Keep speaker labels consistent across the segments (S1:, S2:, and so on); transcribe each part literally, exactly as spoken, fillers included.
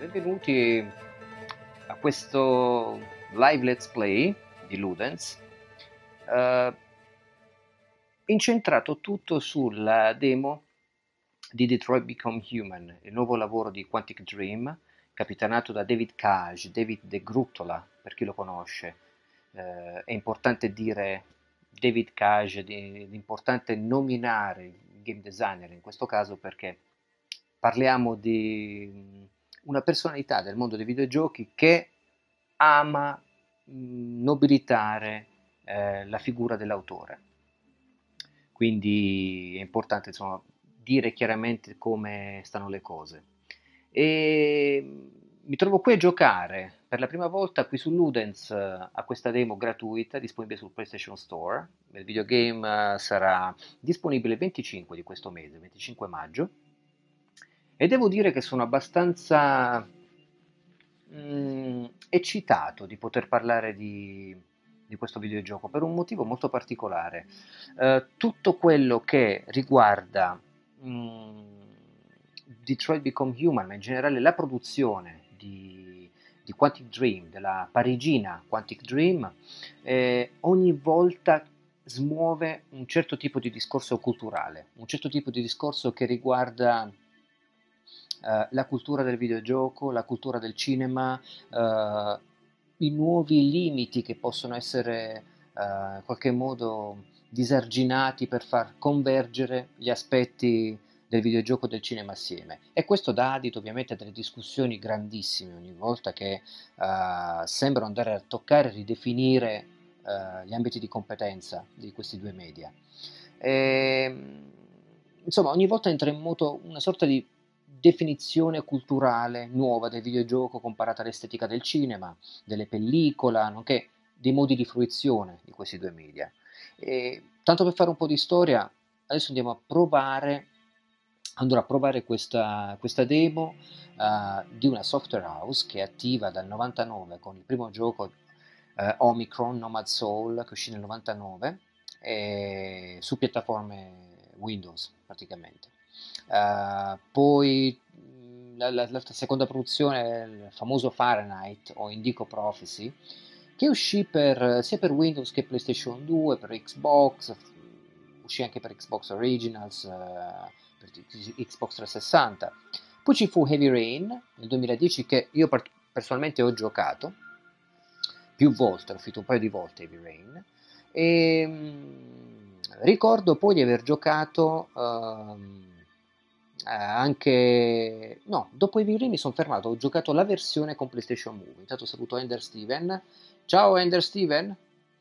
S1: Benvenuti a questo live let's play di Ludens, eh, incentrato tutto sulla demo di Detroit Become Human, il nuovo lavoro di Quantic Dream, capitanato da David Cage, David De Gruttola, per chi lo conosce. Eh, è importante dire David Cage, è importante nominare il game designer in questo caso perché parliamo di una personalità del mondo dei videogiochi che ama mh, nobilitare eh, la figura dell'autore. Quindi è importante insomma, dire chiaramente come stanno le cose. E mi trovo qui a giocare per la prima volta qui su Ludens eh, a questa demo gratuita disponibile sul PlayStation Store. Il videogame eh, sarà disponibile il venticinque di questo mese, venticinque maggio. E devo dire che sono abbastanza mm, eccitato di poter parlare di, di questo videogioco per un motivo molto particolare. Eh, tutto quello che riguarda mm, Detroit Become Human, ma in generale la produzione di, di Quantic Dream, della parigina Quantic Dream, eh, ogni volta smuove un certo tipo di discorso culturale, un certo tipo di discorso che riguarda eh, la cultura del videogioco, la cultura del cinema, eh, i nuovi limiti che possono essere eh, in qualche modo disarginati per far convergere gli aspetti del videogioco e del cinema assieme. E questo dà adito ovviamente a delle discussioni grandissime ogni volta che eh, sembrano andare a toccare e ridefinire eh, gli ambiti di competenza di questi due media. E, insomma, ogni volta entra in moto una sorta di definizione culturale nuova del videogioco comparata all'estetica del cinema, delle pellicole, nonché dei modi di fruizione di questi due media. E, tanto per fare un po' di storia, adesso andiamo a provare, andrò a provare questa, questa demo uh, di una software house che è attiva dal novantanove con il primo gioco uh, Omicron Nomad Soul che uscì nel novantanove e su piattaforme Windows praticamente. Uh, poi la, la, la, seconda produzione è il famoso Fahrenheit o Indigo Prophecy che uscì per, sia per Windows che PlayStation due, per Xbox, uscì anche per Xbox Originals, uh, per Xbox trecentosessanta. Poi ci fu Heavy Rain nel duemiladieci che io personalmente ho giocato più volte, è uscito un paio di volte Heavy Rain e mh, ricordo poi di aver giocato um, anche no, dopo Heavy Rain mi sono fermato, ho giocato la versione con PlayStation Move. Intanto saluto Ender Steven. Ciao Ender Steven.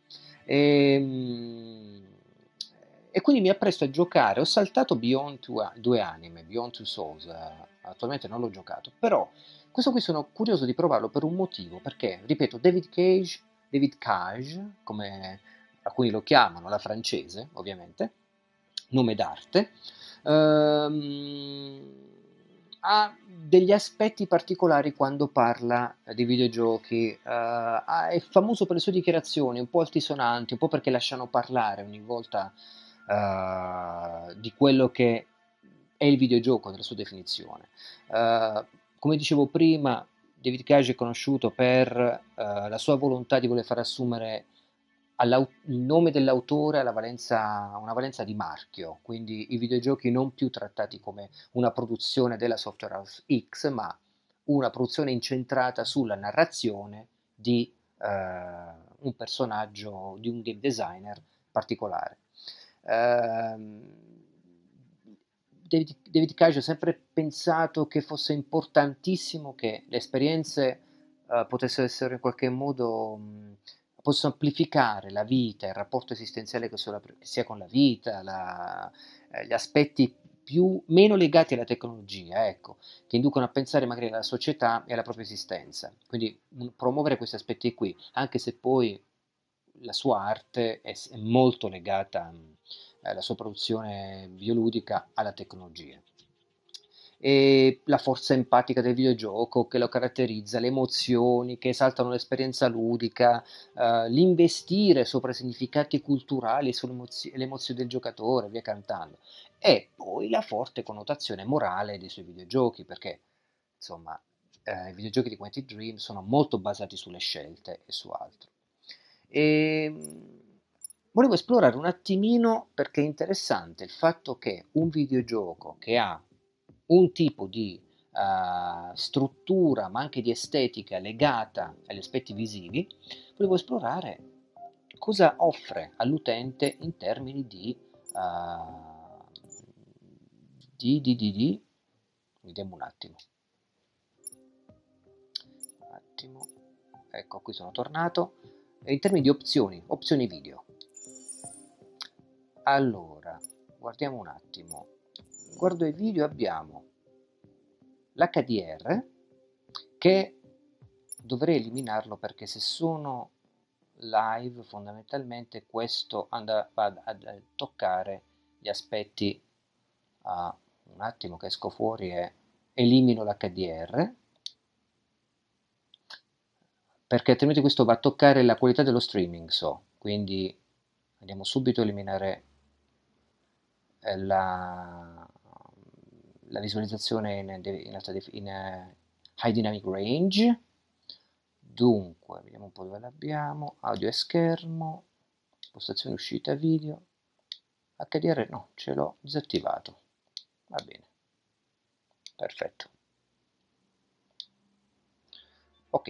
S1: E, e quindi mi appresto a giocare. Ho saltato Beyond Two, due anime, Beyond Two Souls. eh, Attualmente non l'ho giocato, però questo qui sono curioso di provarlo per un motivo, perché, ripeto, David Cage, David Cage, come alcuni lo chiamano, la francese, ovviamente, nome d'arte, ehm, ha degli aspetti particolari quando parla eh, di videogiochi, eh, ha- è famoso per le sue dichiarazioni, un po' altisonanti, un po' perché lasciano parlare ogni volta eh, di quello che è il videogioco nella sua definizione. Eh, come dicevo prima, David Cage è conosciuto per eh, la sua volontà di voler far assumere il nome dell'autore ha valenza, una valenza di marchio, quindi i videogiochi non più trattati come una produzione della Software House X, ma una produzione incentrata sulla narrazione di eh, un personaggio, di un game designer particolare. Ehm, David, David Cage ha sempre pensato che fosse importantissimo che le esperienze eh, potessero essere in qualche modo mh, possono amplificare la vita, il rapporto esistenziale che si ha con la vita, la, eh, gli aspetti più, meno legati alla tecnologia, ecco, che inducono a pensare magari alla società e alla propria esistenza. Quindi mh, promuovere questi aspetti qui, anche se poi la sua arte è, è molto legata, mh, eh, la sua produzione videoludica alla tecnologia e la forza empatica del videogioco che lo caratterizza, le emozioni che esaltano l'esperienza ludica, eh, l'investire sopra i significati culturali, sulle emozioni, le emozioni del giocatore, via cantando. E poi la forte connotazione morale dei suoi videogiochi, perché insomma eh, i videogiochi di Quantic Dream sono molto basati sulle scelte e su altro. E mh, volevo esplorare un attimino perché è interessante il fatto che un videogioco che ha un tipo di eh, struttura ma anche di estetica legata agli aspetti visivi, volevo esplorare cosa offre all'utente in termini di, eh, di, di, di, di, vediamo un attimo, un attimo, ecco qui sono tornato, in termini di opzioni, opzioni video. Allora, guardiamo un attimo, guardo i video, abbiamo l'H D R che dovrei eliminarlo perché se sono live fondamentalmente questo andrà va a toccare gli aspetti. Ah, un attimo che esco fuori e elimino l'H D R perché altrimenti questo va a toccare la qualità dello streaming, so, quindi andiamo subito a eliminare eh, la, la visualizzazione in, in, alta def- in eh, high dynamic range. Dunque, vediamo un po' dove l'abbiamo, audio e schermo, impostazione uscita video, H D R no, ce l'ho disattivato, va bene, perfetto. Ok,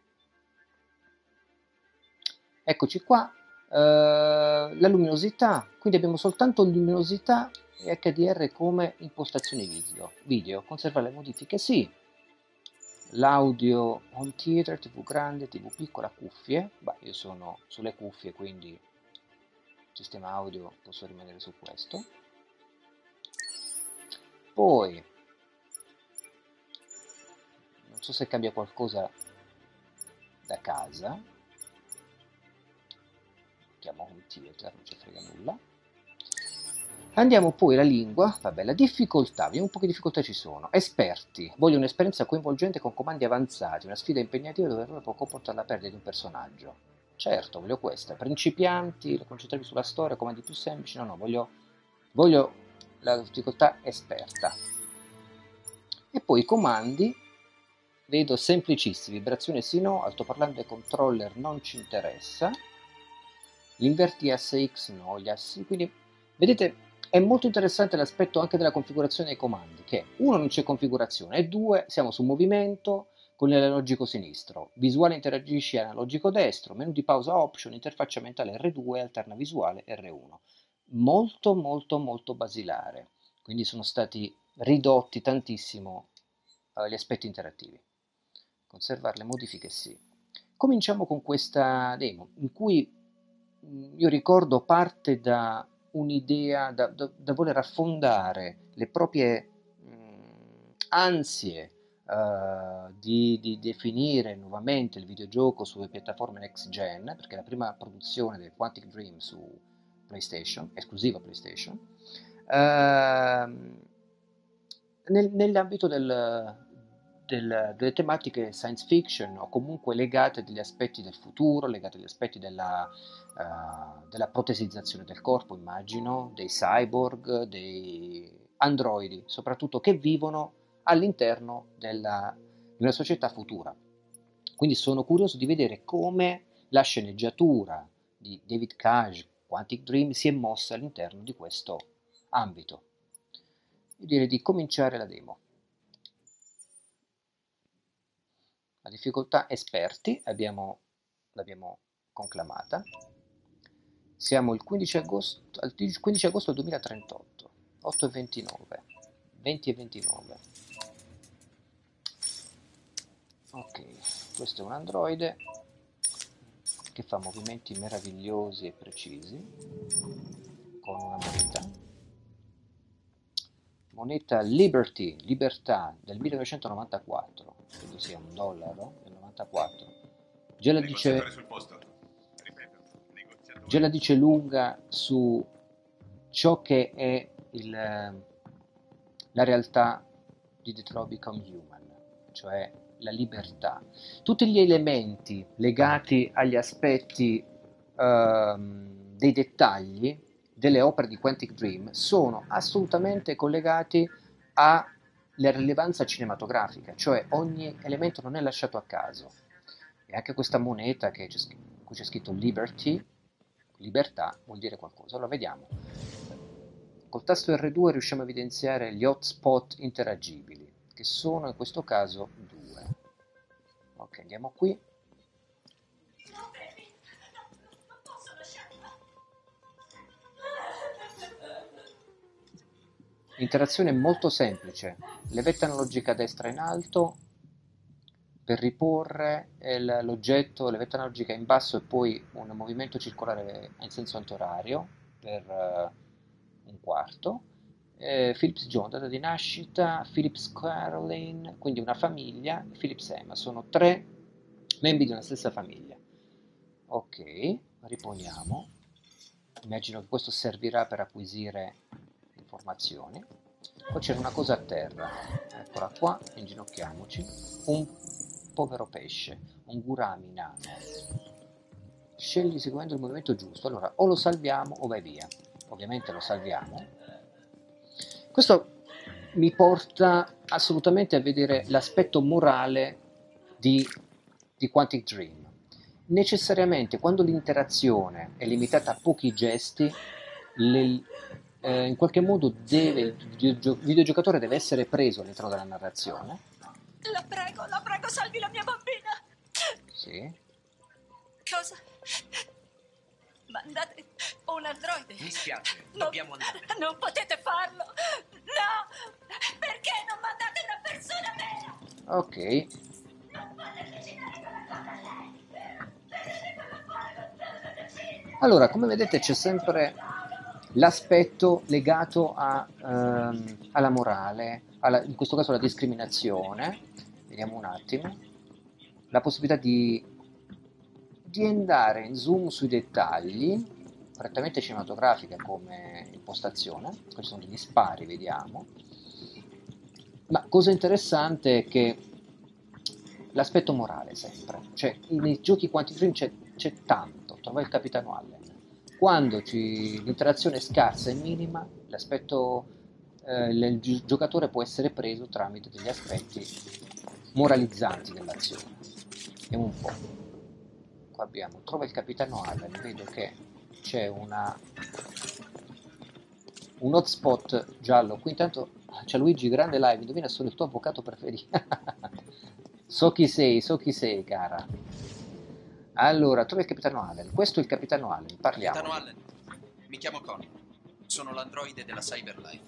S1: eccoci qua, eh, la luminosità, quindi abbiamo soltanto luminosità e H D R come impostazioni video, video, conservare le modifiche, sì, l'audio home theater, tv grande, tv piccola, cuffie, beh io sono sulle cuffie quindi sistema audio posso rimanere su questo, poi non so se cambia qualcosa da casa, chiamo home theater, non ci frega nulla. Andiamo poi alla lingua, vabbè, la difficoltà, vediamo un po' che difficoltà ci sono. Esperti, voglio un'esperienza coinvolgente con comandi avanzati, una sfida impegnativa dove l'errore può comportare la perdita di un personaggio. Certo, voglio questa. Principianti, concentrarvi sulla storia, comandi più semplici, no, no, voglio, voglio la difficoltà esperta. E poi i comandi, vedo semplicissimi, vibrazione sì no, altoparlante e controller non ci interessa, gli inverti A S X no, gli assi, quindi vedete è molto interessante l'aspetto anche della configurazione dei comandi, che uno non c'è configurazione e due siamo su movimento con l'analogico sinistro, visuale interagisci analogico destro, menu di pausa option, interfaccia mentale R due, alterna visuale R uno. Molto molto molto basilare, quindi sono stati ridotti tantissimo eh, gli aspetti interattivi. Conservare le modifiche sì. Cominciamo con questa demo in cui mh, io ricordo parte da un'idea, da, da, da voler affondare le proprie mh, ansie eh, di, di definire nuovamente il videogioco sulle piattaforme next gen, perché è la prima produzione del Quantic Dream su PlayStation, esclusiva PlayStation, ehm, nel- nell'ambito del- del- delle tematiche science fiction o comunque legate agli aspetti del futuro, legate agli aspetti della, eh, della protesizzazione del corpo, immagino, dei cyborg, dei androidi, soprattutto che vivono all'interno della- di una società futura. Quindi sono curioso di vedere come la sceneggiatura di David Cage, Quantic Dream, si è mossa all'interno di questo ambito. Io direi di cominciare la demo. La difficoltà esperti abbiamo, l'abbiamo conclamata. Siamo il quindici agosto, al quindici agosto duemilatrentotto, otto e ventinove, venti e ventinove. Ok, questo è un androide che fa movimenti meravigliosi e precisi con una moneta. Moneta Liberty, libertà del millenovecentonovantaquattro, credo sia un dollaro del novantaquattro. Già la dice, già la dice lunga su ciò che è il, la realtà di Detroit Become Human, cioè la libertà. Tutti gli elementi legati agli aspetti ehm, dei dettagli delle opere di Quantic Dream sono assolutamente collegati a la rilevanza cinematografica, cioè ogni elemento non è lasciato a caso. E anche questa moneta che c'è scr- qui c'è scritto Liberty, libertà, vuol dire qualcosa. Allora vediamo. Col tasto erre due riusciamo a evidenziare gli hotspot interagibili, che sono in questo caso due. Ok, andiamo qui. L'interazione è molto semplice, levetta analogica a destra in alto per riporre il- l'oggetto, levetta analogica in basso e poi un movimento circolare in senso antiorario per eh, un quarto. Eh, Philips John, data di nascita, Philips Caroline, quindi una famiglia, Philips Emma, sono tre membri di una stessa famiglia. Ok, riponiamo. Immagino che questo servirà per acquisire informazioni. Poi c'era una cosa a terra, eccola qua, inginocchiamoci. Un povero pesce, un gurami nano. Scegli seguendo il movimento giusto. Allora, o lo salviamo o vai via. Ovviamente lo salviamo. Questo mi porta assolutamente a vedere l'aspetto morale di, di Quantic Dream. Necessariamente, quando l'interazione è limitata a pochi gesti, le- eh, in qualche modo deve, il videogio- videogiocatore deve essere preso all'interno della narrazione.
S2: La prego, la prego, salvi la mia bambina.
S1: Sì.
S2: Cosa? Mandate un androide.
S3: Mi spiace,
S2: No,
S3: dobbiamo andare.
S2: Non potete farlo. No! Perché non mandate una persona vera?
S1: Ok.
S2: Non potete cucinare come fa lei. Vedete come fa lo cucina.
S1: Allora, come vedete c'è sempre l'aspetto legato a, ehm, alla morale, alla- in questo caso alla discriminazione. Vediamo un attimo. La possibilità di, di andare in zoom sui dettagli, prettamente cinematografica come impostazione. Questi sono degli spari, vediamo. Ma cosa interessante è che l'aspetto morale sempre, cioè nei giochi Quantic Dream c'è, c'è tanto, trova il Capitano Allen. Quando ci- l'interazione è scarsa e minima, l'aspetto, eh, il, il gi- giocatore può essere preso tramite degli aspetti moralizzanti dell'azione. Vediamo un po'. Qua abbiamo, trova il Capitano Allen, vedo che c'è una, un hotspot giallo. Qui intanto c'è Luigi, grande live, indovina sono il tuo avvocato preferito. So chi sei, so chi sei, cara. Allora, trova il Capitano Allen. Questo è il Capitano Allen,
S3: Capitano
S1: parliamo.
S3: Allen, mi chiamo Connor. Sono l'androide della Cyberlife.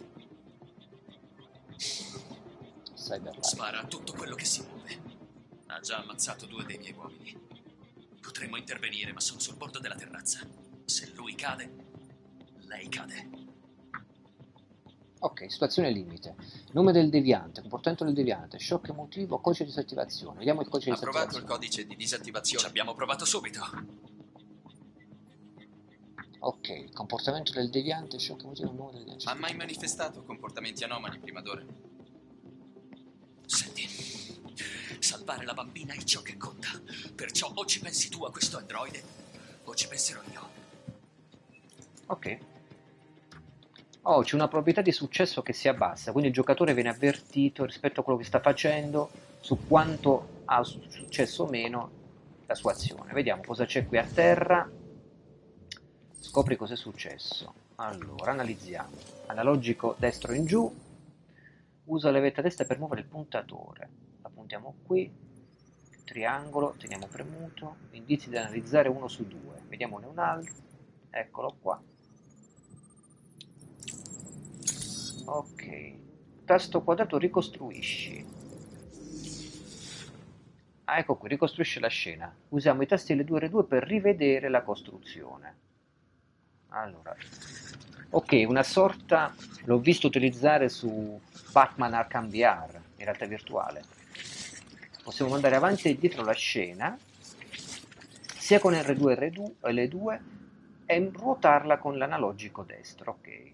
S1: Cyberlife.
S3: Spara a tutto quello che si muove. Ha già ammazzato due dei miei uomini. Potremmo intervenire, ma sono sul bordo della terrazza. Se lui cade, lei cade.
S1: Ok, situazione limite. Nome del deviante, comportamento del deviante, shock emotivo, codice di disattivazione. Vediamo il codice di
S3: Ha provato il
S1: disattivazione.
S3: codice di disattivazione. Ci abbiamo provato subito.
S1: Ok, comportamento del deviante, shock emotivo, nome del deviante.
S3: Ha mai manifestato comportamenti anomali prima d'ora? Senti, salvare la bambina è ciò che conta. Perciò o ci pensi tu a questo androide, o ci penserò io.
S1: Ok. Oh, c'è una probabilità di successo che si abbassa, quindi il giocatore viene avvertito rispetto a quello che sta facendo su quanto ha su- successo o meno la sua azione. Vediamo cosa c'è qui a terra. Scopri cosa è successo. Allora, analizziamo. Analogico destro in giù. Usa la levetta destra per muovere il puntatore. La puntiamo qui. Triangolo, teniamo premuto. Indizi da analizzare uno su due. Vediamone un altro. Eccolo qua. Ok, tasto quadrato ricostruisci. Ah, ecco qui, ricostruisce la scena. Usiamo i tasti L due e R due per rivedere la costruzione. Allora, ok, una sorta, l'ho visto utilizzare su Batman Arkham V R, in realtà virtuale. Possiamo mandare avanti e dietro la scena, sia con R due e R due, L due, e ruotarla con l'analogico destro, ok.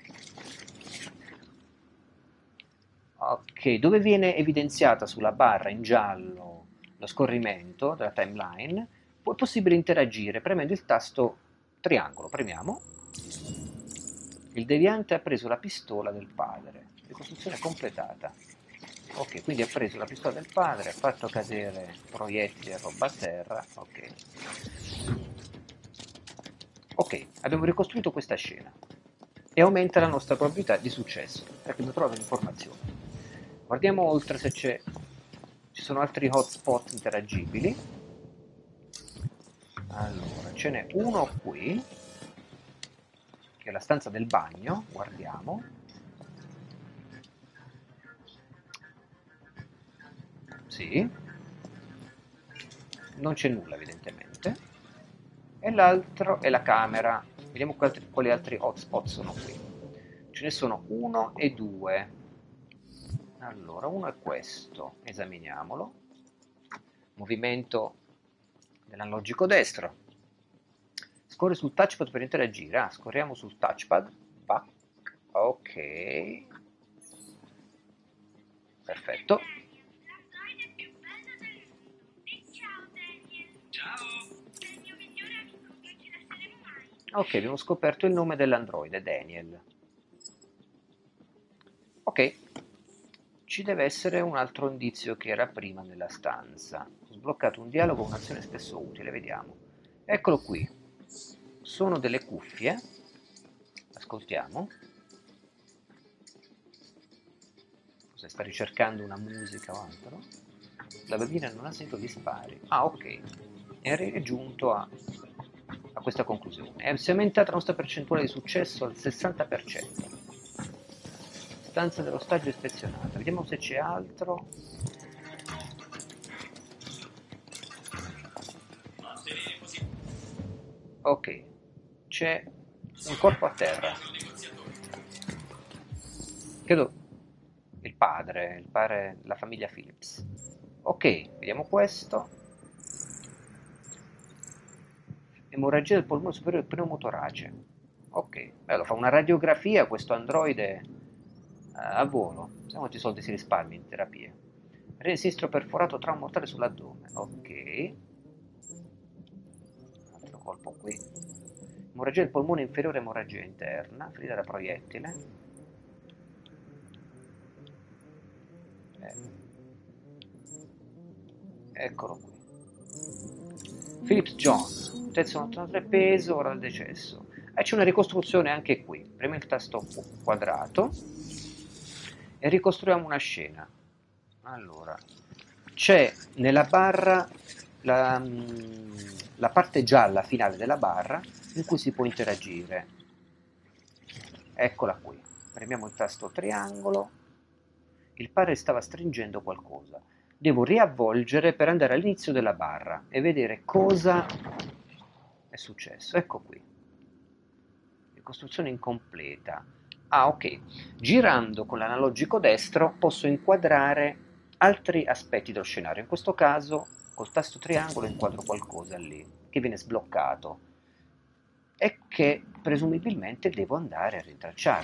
S1: Ok, dove viene evidenziata sulla barra in giallo lo scorrimento della timeline, poi è possibile interagire premendo il tasto triangolo. Premiamo. Il deviante ha preso la pistola del padre. Ricostruzione completata. Ok, quindi ha preso la pistola del padre, ha fatto cadere proiettili e roba a terra. Ok. Ok, abbiamo ricostruito questa scena e aumenta la nostra probabilità di successo perché abbiamo trovato informazioni. Guardiamo oltre se c'è, ci sono altri hotspot interagibili. Allora, ce n'è uno qui, che è la stanza del bagno, guardiamo. Sì, non c'è nulla evidentemente. E l'altro è la camera. Vediamo quali altri, quali altri hotspot sono qui. Ce ne sono uno e due. Allora, uno è questo, esaminiamolo. Movimento dell'analogico destro. Scorri sul touchpad per interagire. Ah, scorriamo sul touchpad. Va. Ok. Perfetto.
S2: L'androide più bello del mondo. E ciao Daniel.
S3: Ciao!
S2: Sei il mio migliore amico, non ci lasceremo mai.
S1: Ok, abbiamo scoperto il nome dell'androide, Daniel. Ok, ci deve essere un altro indizio che era prima nella stanza. Ho sbloccato un dialogo, un'azione spesso utile, vediamo. Eccolo qui. Sono delle cuffie. Ascoltiamo. Se sta ricercando una musica o altro. La bambina non ha sentito gli spari. Ah, ok. Eri giunto a, a questa conclusione. E si è aumentata la nostra percentuale di successo al sessanta per cento. Stanza dello stagio ispezionata. Vediamo se c'è altro. Ok, c'è un corpo a terra. Credo il padre, il padre della famiglia Phillips. Ok, vediamo questo. Emorragia del polmone superiore pneumotorace. Ok, bello, fa una radiografia questo androide eh, a volo. Sai quanti soldi si risparmia in terapia. Rene sinistro perforato trauma mortale sull'addome. Ok. Un altro colpo qui. Emorragia del polmone inferiore, emorragia interna, ferita da proiettile. Eh. Eccolo qui. Phillips John, altezza novantatré, peso, ora del decesso. E c'è una ricostruzione anche qui. Premi il tasto quadrato e ricostruiamo una scena. Allora, c'è nella barra la, mm, la parte gialla finale della barra in cui si può interagire. Eccola qui. Premiamo il tasto triangolo. Il padre stava stringendo qualcosa. Devo riavvolgere per andare all'inizio della barra e vedere cosa è successo. Ecco qui. Ricostruzione incompleta. Ah, ok. Girando con l'analogico destro posso inquadrare altri aspetti dello scenario. In questo caso, col tasto triangolo inquadro qualcosa lì, che viene sbloccato e che presumibilmente devo andare a rintracciare.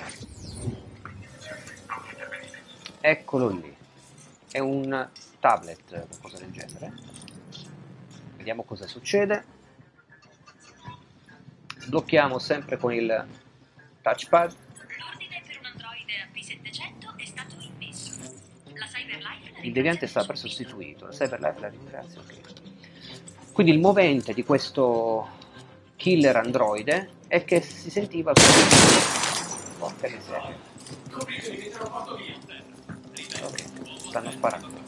S1: Eccolo lì. È un tablet, qualcosa del genere. Vediamo cosa succede. Sblocchiamo sempre con il touchpad.
S2: L'ordine per un androide a P settecento è stato immesso. La Cyberlife la
S1: Il deviante
S2: ringrazia
S1: sta
S2: per
S1: per
S2: subito.
S1: sostituito. La Cyberlife la ringrazio. Ok. Quindi il movente di questo killer androide è che si sentiva solo... Porca miseria. Ok, stanno sparando.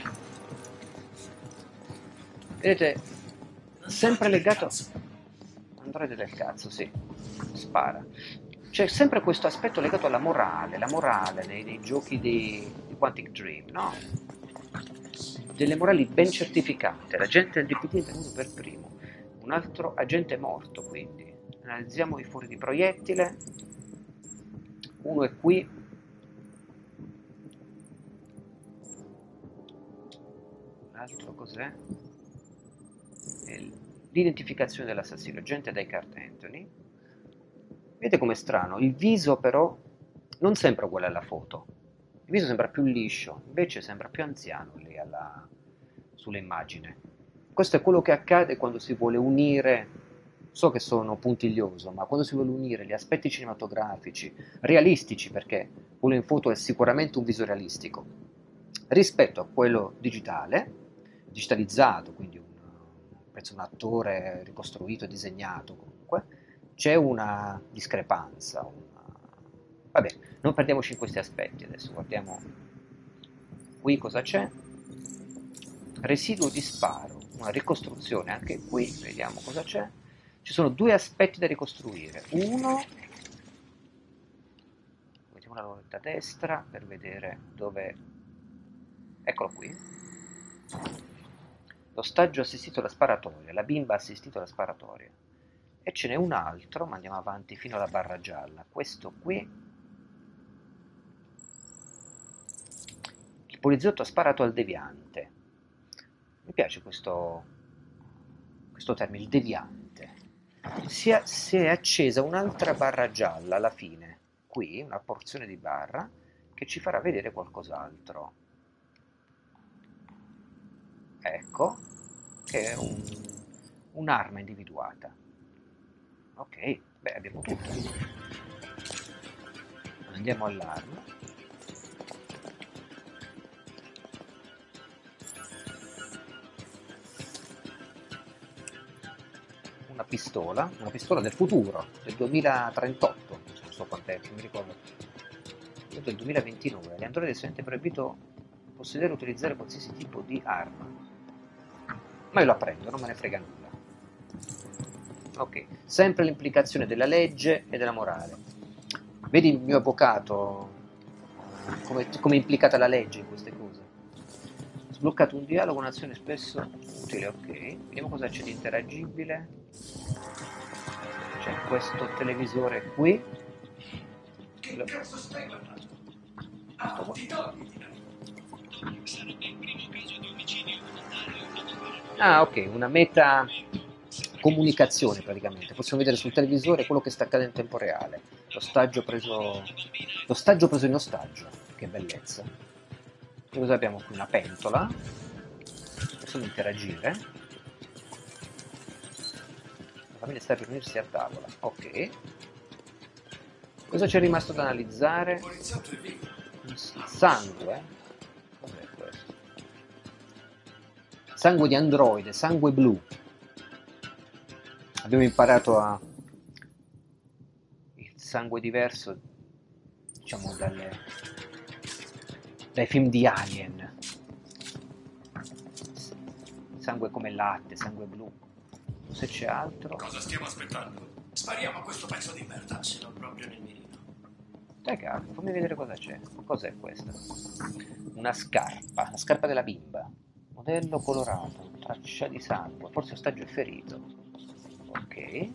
S1: Vedete, sempre legato... Androide del cazzo, sì. Spara. C'è sempre questo aspetto legato alla morale, la morale nei, nei giochi di, di Quantic Dream, no? Delle morali ben certificate. L'agente del D P D è venuto per primo. Un altro agente è morto, quindi. Analizziamo i fori di proiettile. Uno è qui. L'altro cos'è? È l'identificazione dell'assassino, agente Descartes Anthony. Vedete com'è strano? Il viso però non sembra uguale alla foto. Il viso sembra più liscio, invece sembra più anziano lì alla... sull'immagine. Questo è quello che accade quando si vuole unire, so che sono puntiglioso, ma quando si vuole unire gli aspetti cinematografici, realistici, perché quello in foto è sicuramente un viso realistico, rispetto a quello digitale, digitalizzato, quindi un, penso un attore ricostruito, disegnato comunque, c'è una discrepanza. Una... Vabbè, non perdiamoci in questi aspetti adesso, guardiamo qui cosa c'è. Residuo di sparo, una ricostruzione anche qui, vediamo cosa c'è. Ci sono due aspetti da ricostruire. Uno, mettiamo la lunetta a destra per vedere dove... Eccolo qui. L'ostaggio assistito alla sparatoria, la bimba ha assistito alla sparatoria. E ce n'è un altro, ma andiamo avanti fino alla barra gialla. Questo qui. Il poliziotto ha sparato al deviante. Mi piace questo, questo termine, il deviante. Si è, si è accesa un'altra barra gialla alla fine, qui, una porzione di barra, che ci farà vedere qualcos'altro. Ecco, che è un, un'arma individuata. Ok, beh, abbiamo tutto. Andiamo all'arma. Una pistola, una pistola del futuro, del duemilatrentotto, non so quant'è, non mi ricordo, del duemilaventinove. Agli androidi è solamente proibito possedere e utilizzare qualsiasi tipo di arma. Ma io la prendo, non me ne frega nulla. Ok, sempre l'implicazione della legge e della morale. Vedi il mio avvocato, come, come è implicata la legge in queste cose. Sbloccato un dialogo, un'azione spesso utile, ok. Vediamo cosa c'è di interagibile. C'è questo televisore qui.
S3: Che cazzo stai guardando? Ah, ti togli. Sarebbe il primo caso di omicidio volontario.
S1: Ah, ok, una meta comunicazione praticamente. Possiamo vedere sul televisore quello che sta accadendo in tempo reale. L'ostaggio preso. L'ostaggio preso in ostaggio. Che bellezza. E cosa abbiamo qui? Una pentola. Possiamo interagire. La famiglia sta per unirsi a tavola. Ok. Cosa c'è rimasto da analizzare? Sangue. Cos'è questo? Sangue di androide, sangue blu. Abbiamo imparato a... il sangue diverso, diciamo, dalle... dai film di Alien. Sangue come latte, sangue blu. Se c'è altro...
S3: Cosa stiamo aspettando? Spariamo a questo pezzo di merda. Se non proprio nel mirino.
S1: Dai cavolo, fammi vedere cosa c'è. Cos'è questa? Una scarpa, la scarpa della bimba. Modello colorato, traccia di sangue, forse ostaggio è ferito. Ok.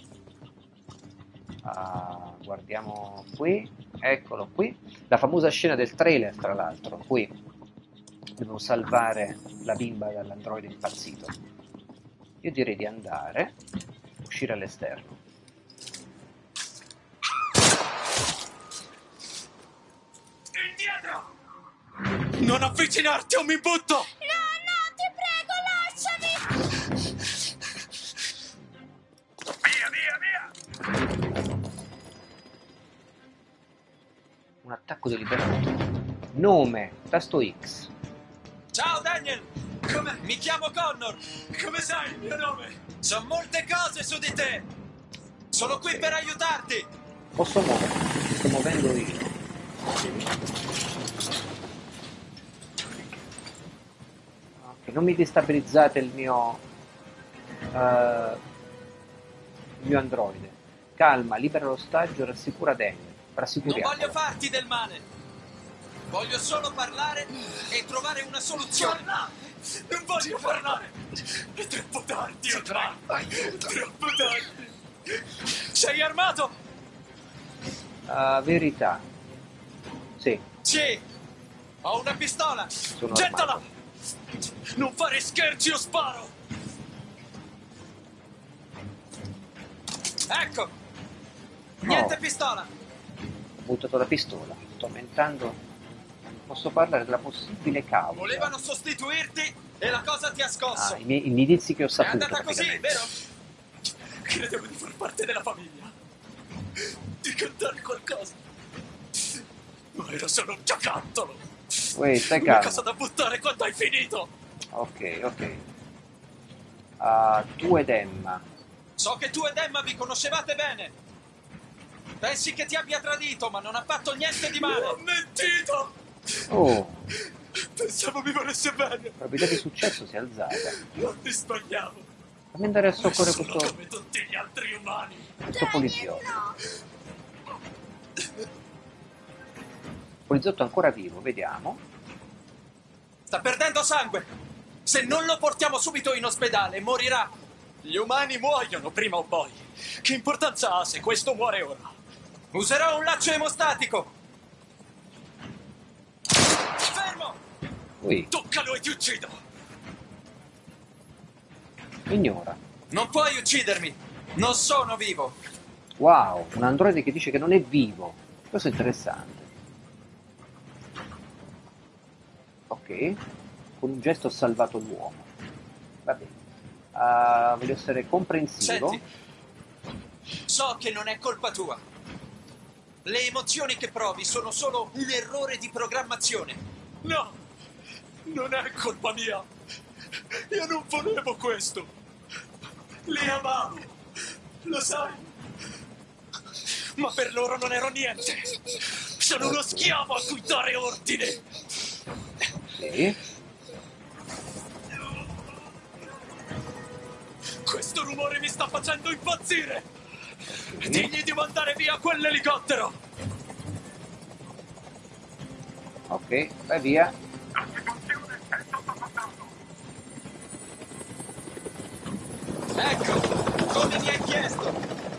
S1: Ah, guardiamo qui, eccolo qui. La famosa scena del trailer, tra l'altro. Qui dobbiamo salvare la bimba dall'androide impazzito. Io direi di andare, uscire all'esterno.
S3: Indietro! Non avvicinarti o mi butto!
S2: No, no, ti prego, lasciami!
S3: Via, via, via!
S1: Un attacco deliberato. Nome, tasto X.
S3: Ciao Daniel! Come? Mi chiamo Connor! Come sai il mio nome? So molte cose su di te! Sono qui per aiutarti!
S1: Posso muovermi? Mi sto muovendo io. Ok, non mi destabilizzate il mio eh, il mio androide. Calma, libera l'ostaggio, rassicura Daniel.
S3: Non
S1: Rassicuriamolo.
S3: voglio farti del male! Voglio solo parlare e trovare una soluzione! Non voglio parlare! È troppo tardi ormai! Troppo tardi! Sei armato?
S1: Uh, verità. Sì,
S3: Sì! Ho una pistola!
S1: sono
S3: Gettala!
S1: armato.
S3: Non fare scherzi o sparo! Ecco! Niente
S1: Oh.
S3: pistola!
S1: Ho buttato la pistola. Sto aumentando. Posso parlare della possibile causa.
S3: Volevano sostituirti e la cosa ti ha scosso!
S1: Ah, i miei- gli indizi che ho
S3: È
S1: saputo.
S3: andata così,
S1: praticamente.
S3: vero? Credevo di far parte della famiglia. Di cantare qualcosa. Ma era solo un giocattolo.
S1: Uè, stai
S3: Una cosa
S1: calmo.
S3: da buttare quando hai finito!
S1: Ok, ok. Ah, tu ed Emma.
S3: So che tu ed Emma vi conoscevate bene! Pensi che ti abbia tradito, ma non ha fatto niente di male! Ho mentito!
S1: Oh,
S3: Pensavo mi volesse bene!
S1: la probabilità di successo si è alzata.
S3: Non mi sbagliavo!
S1: Fammi andare a
S3: È
S1: soccorrere
S3: solo
S1: questo,
S3: come tutti gli altri umani!
S1: questo
S2: Daniel,
S1: poliziotto.
S2: no!
S1: Poliziotto ancora vivo, vediamo.
S3: Sta perdendo sangue! Se non lo portiamo subito in ospedale, morirà! Gli umani muoiono prima o poi! Che importanza ha se questo muore ora? Userò un laccio emostatico! Fermo!
S1: Ui,
S3: Toccalo e ti uccido!
S1: ignora.
S3: Non puoi uccidermi! Non sono vivo!
S1: Wow, un androide che dice che non è vivo. Questo è interessante. Ok, con un gesto ho salvato l'uomo. Va bene. Ah, voglio essere comprensivo.
S3: Senti, so che non è colpa tua. Le emozioni che provi sono solo un errore di programmazione. No, non è colpa mia. Io non volevo questo. Li amavo, lo sai. Ma per loro non ero niente. Sono uno schiavo a cui dare ordine.
S1: Sì.
S3: Questo rumore mi sta facendo impazzire.
S1: Ok.
S3: Digli di mandare via quell'elicottero.
S1: Ok, vai via.
S3: Ecco, come mi hai chiesto.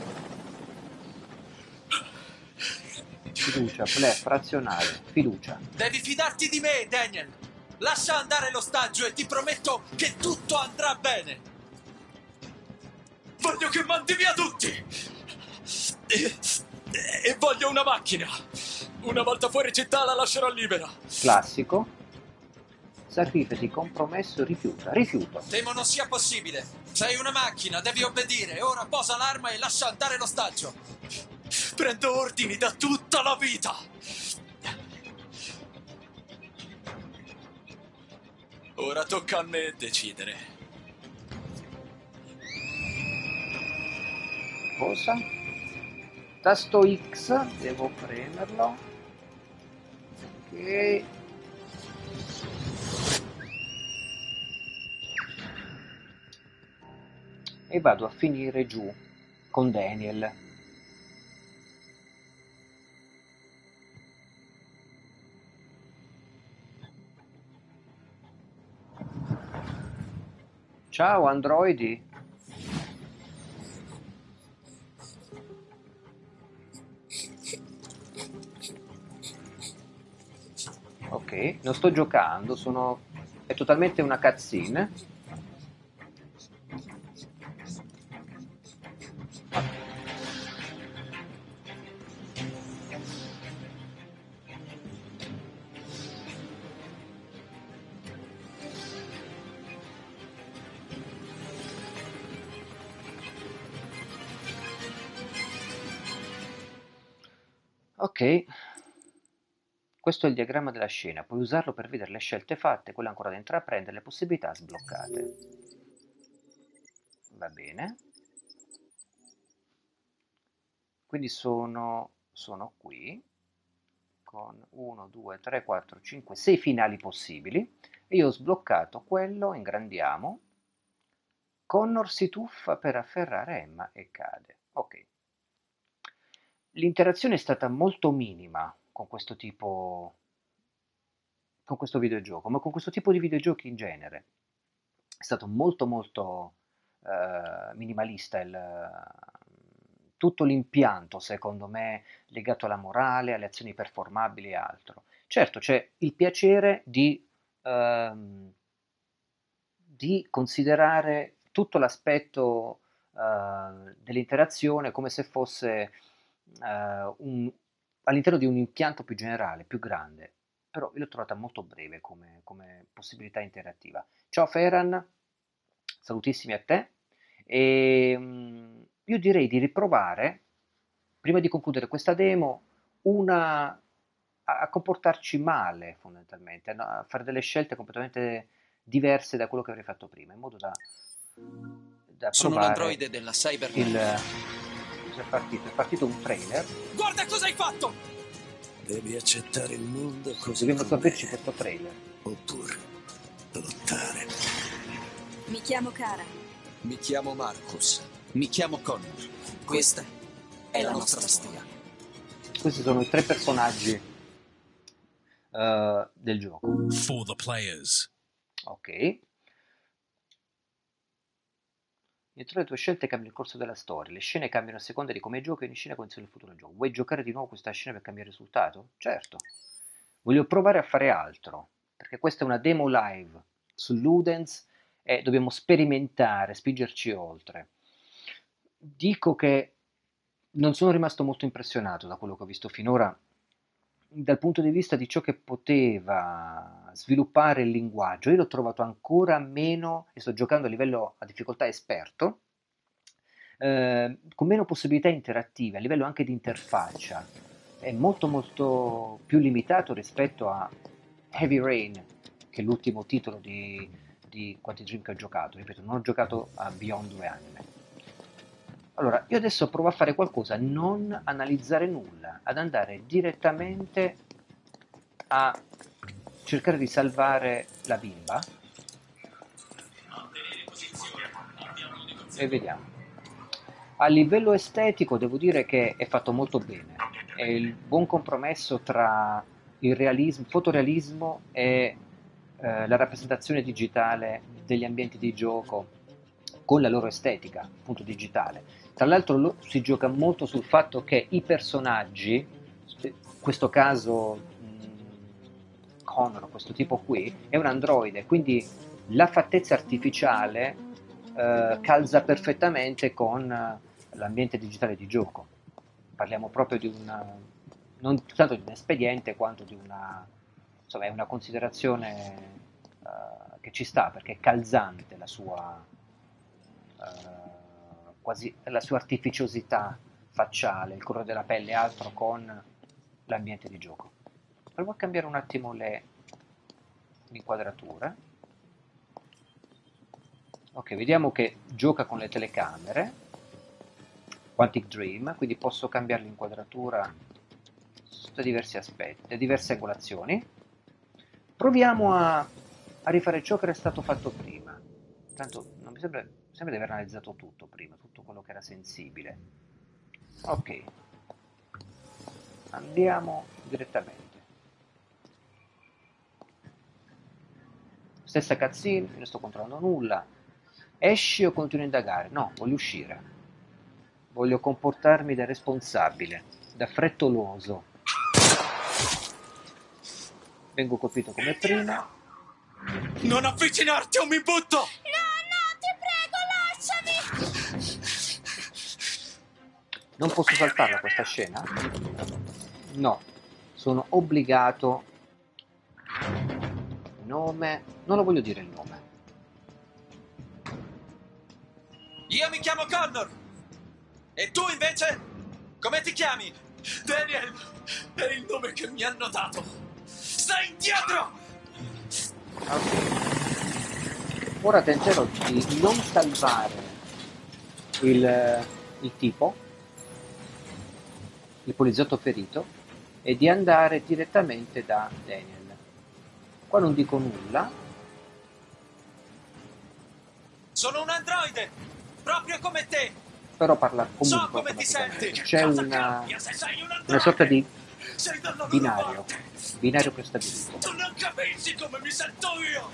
S1: Fiducia, bluff, razionale, fiducia.
S3: Devi fidarti di me, Daniel. Lascia andare l'ostaggio e ti prometto che tutto andrà bene. Voglio che mandi via tutti. E, e voglio una macchina. Una volta fuori città la lascerò libera.
S1: Classico. Sacrifici, compromesso, rifiuta. Rifiuto.
S3: Temo non sia possibile. Sei una macchina, devi obbedire. Ora posa l'arma e lascia andare l'ostaggio. Prendo ordini da tutta la vita. Ora tocca a me decidere.
S1: Cosa? Tasto X, devo premerlo. Ok. E vado a finire giù con Daniel. Ciao androidi. Ok, non sto giocando, sono... è totalmente una cutscene. Ok, questo è il diagramma della scena, puoi usarlo per vedere le scelte fatte, quelle ancora da intraprendere, le possibilità sbloccate. Va bene. Quindi sono, sono qui con uno, due, tre, quattro, cinque, sei finali possibili e io ho sbloccato quello, ingrandiamo. Connor si tuffa per afferrare Emma e cade. Ok. L'interazione è stata molto minima con questo tipo, con questo videogioco, ma con questo tipo di videogiochi in genere. È stato molto molto eh, minimalista il, tutto l'impianto, secondo me, legato alla morale, alle azioni performabili e altro. Certo, c'è il piacere di, ehm, di considerare tutto l'aspetto eh, dell'interazione come se fosse eh, un- all'interno di un impianto più generale, più grande, però io l'ho trovata molto breve come, come possibilità interattiva. Ciao Ferran, salutissimi a te. E, mm, io direi di riprovare, prima di concludere questa demo, una a, a comportarci male, fondamentalmente, no? A fare delle scelte completamente diverse da quello che avrei fatto prima, in modo da, da
S3: Sono
S1: provare
S3: l'androide della
S1: il...
S3: Cybernet.
S1: Cos'è partito? È partito un trailer.
S3: Guarda cosa hai fatto!
S4: Devi accettare il mondo così
S1: Dobbiamo
S4: com'è,
S1: capirci questo trailer.
S4: oppure lottare.
S5: Mi chiamo Kara.
S3: Mi chiamo Marcus. Mi chiamo Connor. Questa è la nostra storia.
S1: Questi sono i tre personaggi eh, del gioco.
S6: For the players.
S1: Ok. Dentro le tue scelte cambia il corso della storia, le scene cambiano a seconda di come giochi e ogni scena condiziona il futuro del gioco. Vuoi giocare di nuovo questa scena per cambiare risultato? Certo. Voglio provare a fare altro, perché questa è una demo live su Ludens e dobbiamo sperimentare, spingerci oltre. Dico che non sono rimasto molto impressionato da quello che ho visto finora, dal punto di vista di ciò che poteva sviluppare il linguaggio. Io l'ho trovato ancora meno, e sto giocando a livello a difficoltà esperto, eh, con meno possibilità interattive, a livello anche di interfaccia. È molto molto più limitato rispetto a Heavy Rain, che è l'ultimo titolo di, di Quantic Dream che ho giocato. Ripeto, non ho giocato a Beyond due anime. Allora, io adesso provo a fare qualcosa, a non analizzare nulla, ad andare direttamente a cercare di salvare la bimba. E vediamo. A livello estetico devo dire che è fatto molto bene. È il buon compromesso tra il realismo, fotorealismo e eh, la rappresentazione digitale degli ambienti di gioco con la loro estetica, appunto digitale. Tra l'altro lo, si gioca molto sul fatto che i personaggi, in questo caso mh, Connor, questo tipo qui, è un androide, quindi la fattezza artificiale eh, calza perfettamente con eh, l'ambiente digitale di gioco. Parliamo proprio di un, non tanto di un espediente quanto di una, insomma, è una considerazione eh, che ci sta, perché è calzante la sua... Uh, quasi la sua artificiosità facciale, il colore della pelle e altro con l'ambiente di gioco. Provo a cambiare un attimo le inquadrature. Ok, vediamo che gioca con le telecamere Quantic Dream, quindi posso cambiare l'inquadratura da diversi aspetti, da diverse angolazioni. Proviamo a, a rifare ciò che era stato fatto prima. Tanto non mi sembra, sembra di aver analizzato tutto prima, tutto quello che era sensibile. Ok, andiamo direttamente. Stessa cutscene, io non sto controllando nulla. Esci o continui a indagare? No, voglio uscire. Voglio comportarmi da responsabile, da frettoloso. Vengo colpito come prima.
S3: Non avvicinarti o mi butto!
S1: Non posso saltarla questa scena? No, sono obbligato. Nome, non lo voglio dire il nome.
S3: Io mi chiamo Connor. E tu invece? Come ti chiami? Daniel, è il nome che mi hanno dato. Stai indietro!
S1: Ok. Ora tenterò di non salvare il, il tipo, il poliziotto ferito, e di andare direttamente da Daniel. Qua non dico nulla.
S3: Sono un androide, proprio come te.
S1: Però parla comunque
S3: So come ti senti.
S1: c'è
S3: Cosa
S1: una,
S3: cambia se sei un androide?
S1: una sorta di
S3: Sei dalla loro
S1: binario,
S3: parte.
S1: binario prestabilito.
S3: Tu non capisci come mi sento io.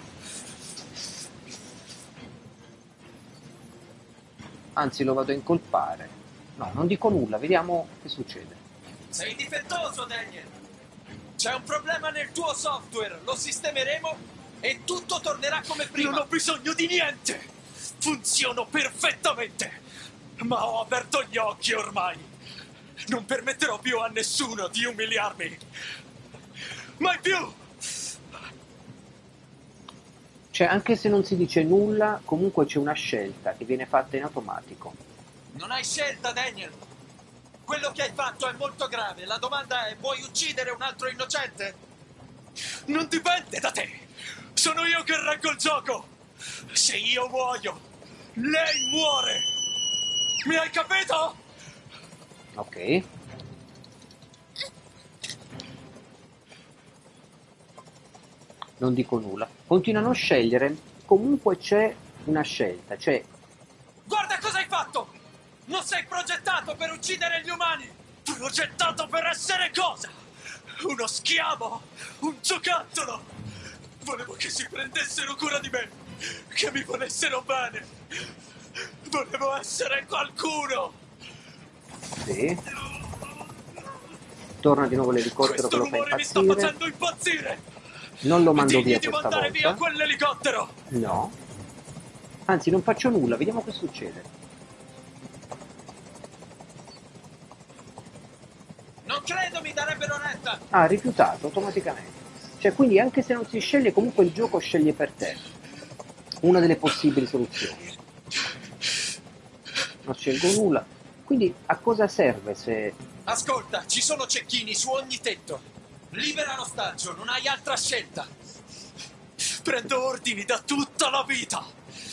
S1: Anzi, lo vado a incolpare. No, non dico nulla, vediamo che succede.
S3: Sei difettoso, Daniel. C'è un problema nel tuo software, lo sistemeremo e tutto tornerà come prima. Non ho bisogno di niente. Funziono perfettamente. Ma ho aperto gli occhi ormai. Non permetterò più a nessuno di umiliarmi. Mai più.
S1: Cioè, anche se non si dice nulla, comunque c'è una scelta che viene fatta in automatico.
S3: Non hai scelta, Daniel. quello che hai fatto è molto grave. La domanda è: vuoi uccidere un altro innocente? Non dipende da te. Sono io che reggo il gioco. Se io muoio, lei muore. Mi hai capito?
S1: Ok. Non dico nulla. Continua a non scegliere. Comunque c'è una scelta. Cioè,
S3: Guarda cosa hai fatto! Non sei progettato per uccidere gli umani! Progettato per essere cosa? Uno schiavo! Un giocattolo! Volevo che si prendessero cura di me! Che mi volessero bene! Volevo essere qualcuno!
S1: sì. Torna di nuovo l'elicottero che
S3: Questo
S1: lo fa
S3: rumore mi sta
S1: impazzire.
S3: facendo impazzire!
S1: Non lo mando
S3: Digli
S1: via
S3: di
S1: questa
S3: mandare via
S1: volta.
S3: quell'elicottero!
S1: No. Anzi, non faccio nulla. Vediamo che succede.
S3: Non credo mi darebbero retta!
S1: Ah, rifiutato automaticamente. Cioè, quindi anche se non si sceglie, comunque il gioco sceglie per te. Una delle possibili soluzioni. Non scelgo nulla. Quindi a cosa serve se...
S3: Ascolta, ci sono cecchini su ogni tetto. Libera l'ostaggio, non hai altra scelta. Prendo ordini da tutta la vita.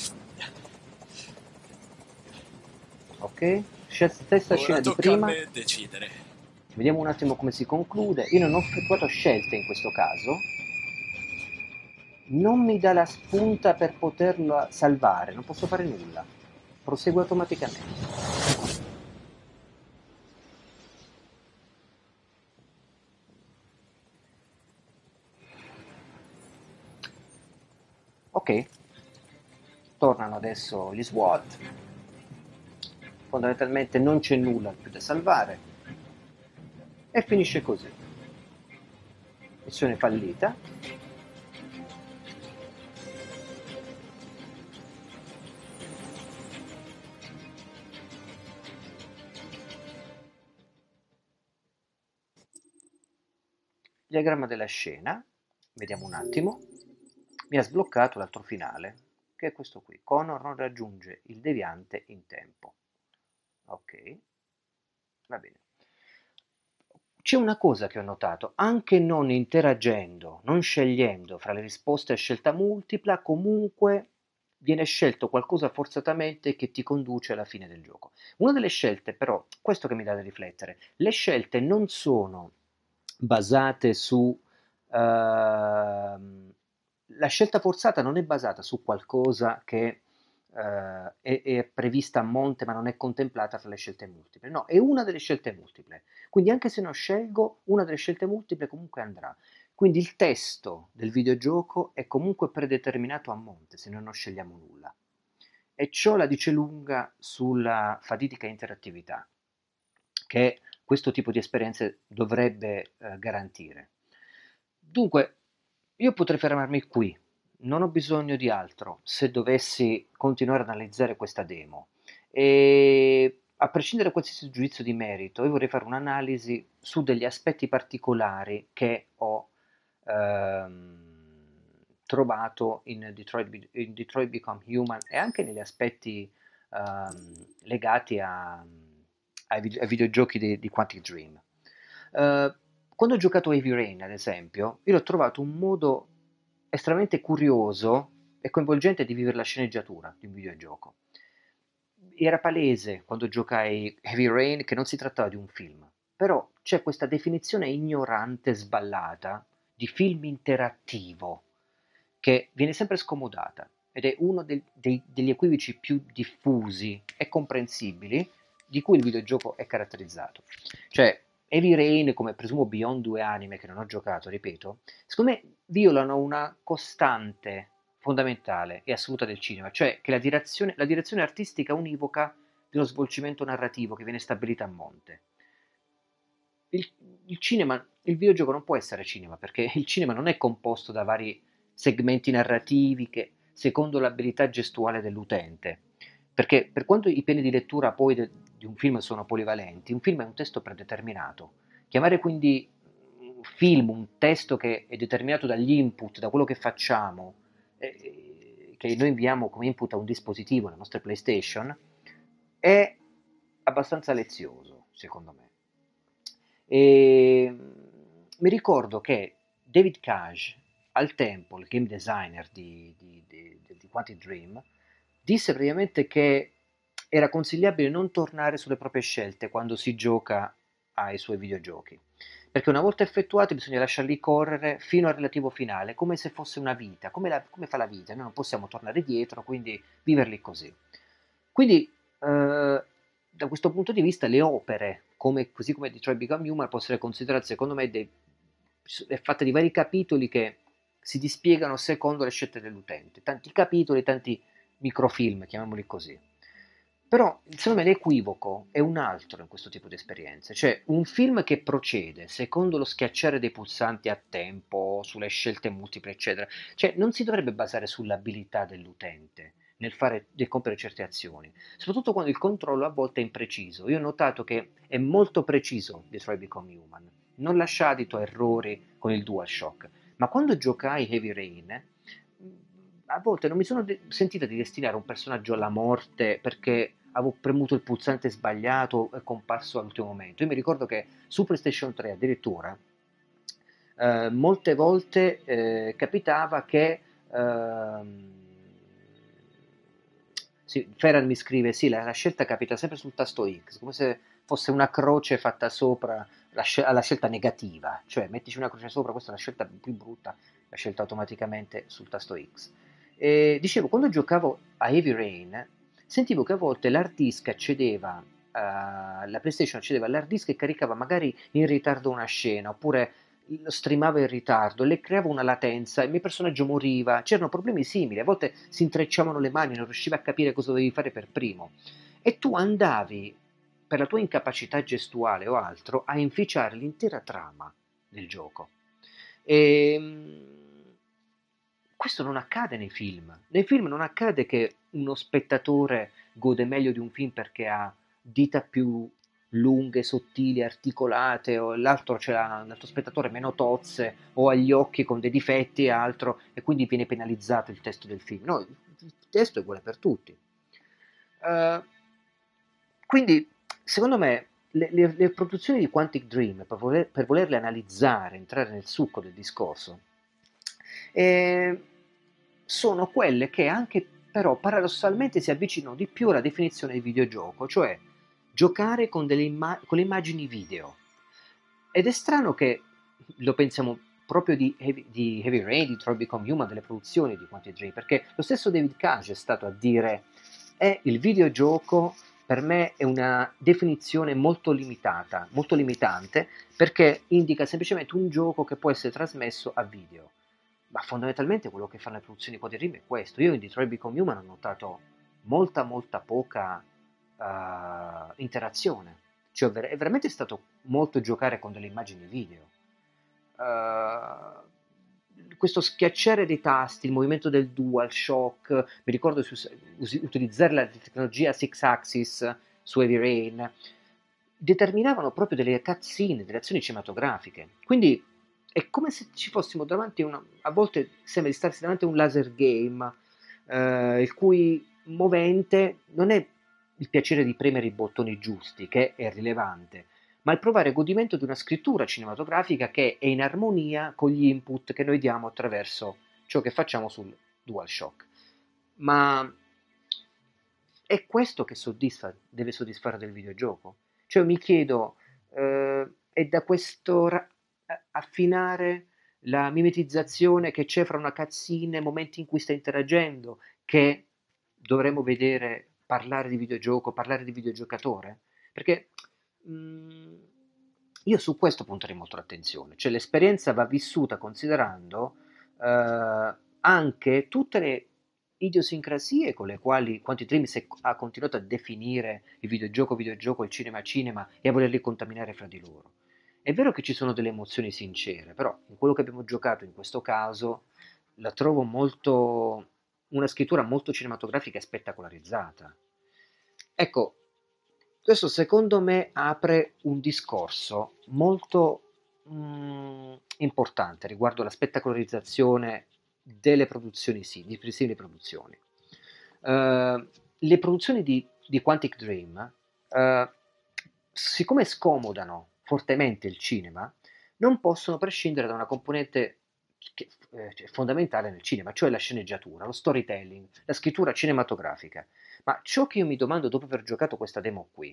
S1: Ok? Scel- Stessa scena
S3: Ora
S1: di
S3: tocca a
S1: prima.
S3: me decidere.
S1: Vediamo un attimo come si conclude. Io non ho effettuato scelte in questo caso. Non mi dà la spunta per poterlo salvare. Non posso fare nulla. Prosegue automaticamente. Ok. Tornano adesso gli SWAT. Fondamentalmente non c'è nulla più da salvare. E finisce così. Missione fallita. Diagramma della scena, vediamo un attimo, mi ha sbloccato l'altro finale, che è questo qui. Connor non raggiunge il deviante in tempo. Ok, va bene. C'è una cosa che ho notato, anche non interagendo, non scegliendo fra le risposte a scelta multipla, comunque viene scelto qualcosa forzatamente che ti conduce alla fine del gioco. Una delle scelte, però, questo che mi dà da riflettere, le scelte non sono basate su... ehm, la scelta forzata non è basata su qualcosa che eh, è, è prevista a monte ma non è contemplata fra le scelte multiple. No, è una delle scelte multiple. Quindi anche se non scelgo, una delle scelte multiple comunque andrà. Quindi il testo del videogioco è comunque predeterminato a monte se noi non scegliamo nulla. E ciò la dice lunga sulla fatidica interattività che questo tipo di esperienze dovrebbe eh, garantire. Dunque, io potrei fermarmi qui, non ho bisogno di altro se dovessi continuare ad analizzare questa demo. E a prescindere da qualsiasi giudizio di merito, io vorrei fare un'analisi su degli aspetti particolari che ho ehm, trovato in Detroit, in Detroit Become Human e anche negli aspetti ehm, legati a, ai, vide- ai videogiochi di, di Quantic Dream. Eh, quando ho giocato Heavy Rain, ad esempio, io l'ho trovato un modo estremamente curioso e coinvolgente di vivere la sceneggiatura di un videogioco. Era palese quando giocai Heavy Rain che non si trattava di un film, però c'è questa definizione ignorante, sballata, di film interattivo che viene sempre scomodata ed è uno del- dei- degli equivoci più diffusi e comprensibili di cui il videogioco è caratterizzato. Cioè, Heavy Rain, come presumo Beyond due anime che non ho giocato, ripeto, secondo me violano una costante fondamentale e assoluta del cinema, cioè che la direzione, la direzione artistica univoca dello svolgimento narrativo che viene stabilita a monte. Il, il cinema, il videogioco non può essere cinema perché il cinema non è composto da vari segmenti narrativi che secondo l'abilità gestuale dell'utente. Perché per quanto i piani di lettura poi de- di un film sono polivalenti, un film è un testo predeterminato. Chiamare quindi un film un testo che è determinato dagli input, da quello che facciamo, eh, che noi inviamo come input a un dispositivo, le nostre PlayStation, è abbastanza lezioso, secondo me. E mi ricordo che David Cage, al tempo, il game designer di, di, di, di Quantic Dream, disse praticamente che era consigliabile non tornare sulle proprie scelte quando si gioca ai suoi videogiochi, perché una volta effettuati bisogna lasciarli correre fino al relativo finale, come se fosse una vita, come, la- come fa la vita, noi non possiamo tornare dietro, quindi viverli così. Quindi, eh, da questo punto di vista, le opere, come- così come Detroit Become Human, possono essere considerate, secondo me, dei- è fatta di vari capitoli che si dispiegano secondo le scelte dell'utente, tanti capitoli, tanti microfilm, chiamiamoli così. Però, secondo me, l'equivoco è un altro in questo tipo di esperienze, cioè un film che procede secondo lo schiacciare dei pulsanti a tempo, sulle scelte multiple, eccetera, cioè non si dovrebbe basare sull'abilità dell'utente nel fare, nel compiere certe azioni, soprattutto quando il controllo a volte è impreciso. Io ho notato che è molto preciso Detroit Become Human, non lascia adito a errori con il DualShock, ma quando giocai Heavy Rain, a volte non mi sono de- sentita di destinare un personaggio alla morte perché avevo premuto il pulsante sbagliato e comparso all'ultimo momento. Io mi ricordo che su PlayStation tre addirittura eh, molte volte eh, capitava che ehm, sì, Ferran mi scrive, sì, la, la scelta capita sempre sul tasto X, come se fosse una croce fatta sopra la, scel- alla scelta negativa, cioè mettici una croce sopra, questa è la scelta più brutta, la scelta automaticamente sul tasto X. E dicevo, quando giocavo a Heavy Rain, sentivo che a volte l'hard disk accedeva, eh, la PlayStation accedeva all'hard disk e caricava magari in ritardo una scena, oppure lo streamava in ritardo, le creava una latenza, il mio personaggio moriva, c'erano problemi simili, a volte si intrecciavano le mani, non riuscivi a capire cosa dovevi fare per primo. E tu andavi, per la tua incapacità gestuale o altro, a inficiare l'intera trama del gioco. E mh, questo non accade nei film. Nei film non accade che uno spettatore gode meglio di un film perché ha dita più lunghe, sottili, articolate, o l'altro, c'è la- l'altro spettatore meno tozze, o ha gli occhi con dei difetti e altro, e quindi viene penalizzato il testo del film. No, il testo è uguale per tutti. Eh, quindi, secondo me, le, le- le produzioni di Quantic Dream, per, voler- per volerle analizzare, entrare nel succo del discorso, eh, sono quelle che anche però paradossalmente si avvicinano di più alla definizione di videogioco, cioè giocare con, delle imma- con le immagini video. Ed è strano che lo pensiamo proprio di Heavy, di Heavy Rain, di Troy Become Human, delle produzioni di Quantic Dream, perché lo stesso David Cage è stato a dire è il videogioco per me è una definizione molto limitata, molto limitante, perché indica semplicemente un gioco che può essere trasmesso a video. Ma fondamentalmente quello che fanno le produzioni di Quantic Dream è questo. Io in Detroit Become Human ho notato molta, molta poca uh, interazione. Cioè ver- è veramente stato molto giocare con delle immagini video. Uh, questo schiacciare dei tasti, il movimento del DualShock, mi ricordo su, us- utilizzare la tecnologia Six Axis su Heavy Rain, determinavano proprio delle cutscene, delle azioni cinematografiche. Quindi è come se ci fossimo davanti a una, a volte sembra di starsi davanti a un laser game, eh, il cui movente non è il piacere di premere i bottoni giusti, che è rilevante, ma il provare godimento di una scrittura cinematografica che è in armonia con gli input che noi diamo attraverso ciò che facciamo sul DualShock. Ma è questo che soddisfa, deve soddisfare del videogioco. Cioè mi chiedo, eh, è da questo ra- affinare la mimetizzazione che c'è fra una cutscene e momenti in cui sta interagendo, che dovremmo vedere parlare di videogioco, parlare di videogiocatore? Perché mh, io su questo punterei molto l'attenzione, cioè l'esperienza va vissuta considerando eh, anche tutte le idiosincrasie con le quali Quantic Dream si è- ha continuato a definire il videogioco videogioco, il cinema cinema e a volerli contaminare fra di loro. È vero che ci sono delle emozioni sincere, però in quello che abbiamo giocato in questo caso la trovo molto una scrittura molto cinematografica e spettacolarizzata. Ecco, questo secondo me apre un discorso molto mm, importante riguardo alla spettacolarizzazione delle produzioni, sì, di simili produzioni. Eh, le produzioni di, di Quantic Dream, eh, siccome scomodano fortemente il cinema, non possono prescindere da una componente che eh, cioè, fondamentale nel cinema, cioè la sceneggiatura, lo storytelling, la scrittura cinematografica. Ma ciò che io mi domando dopo aver giocato questa demo qui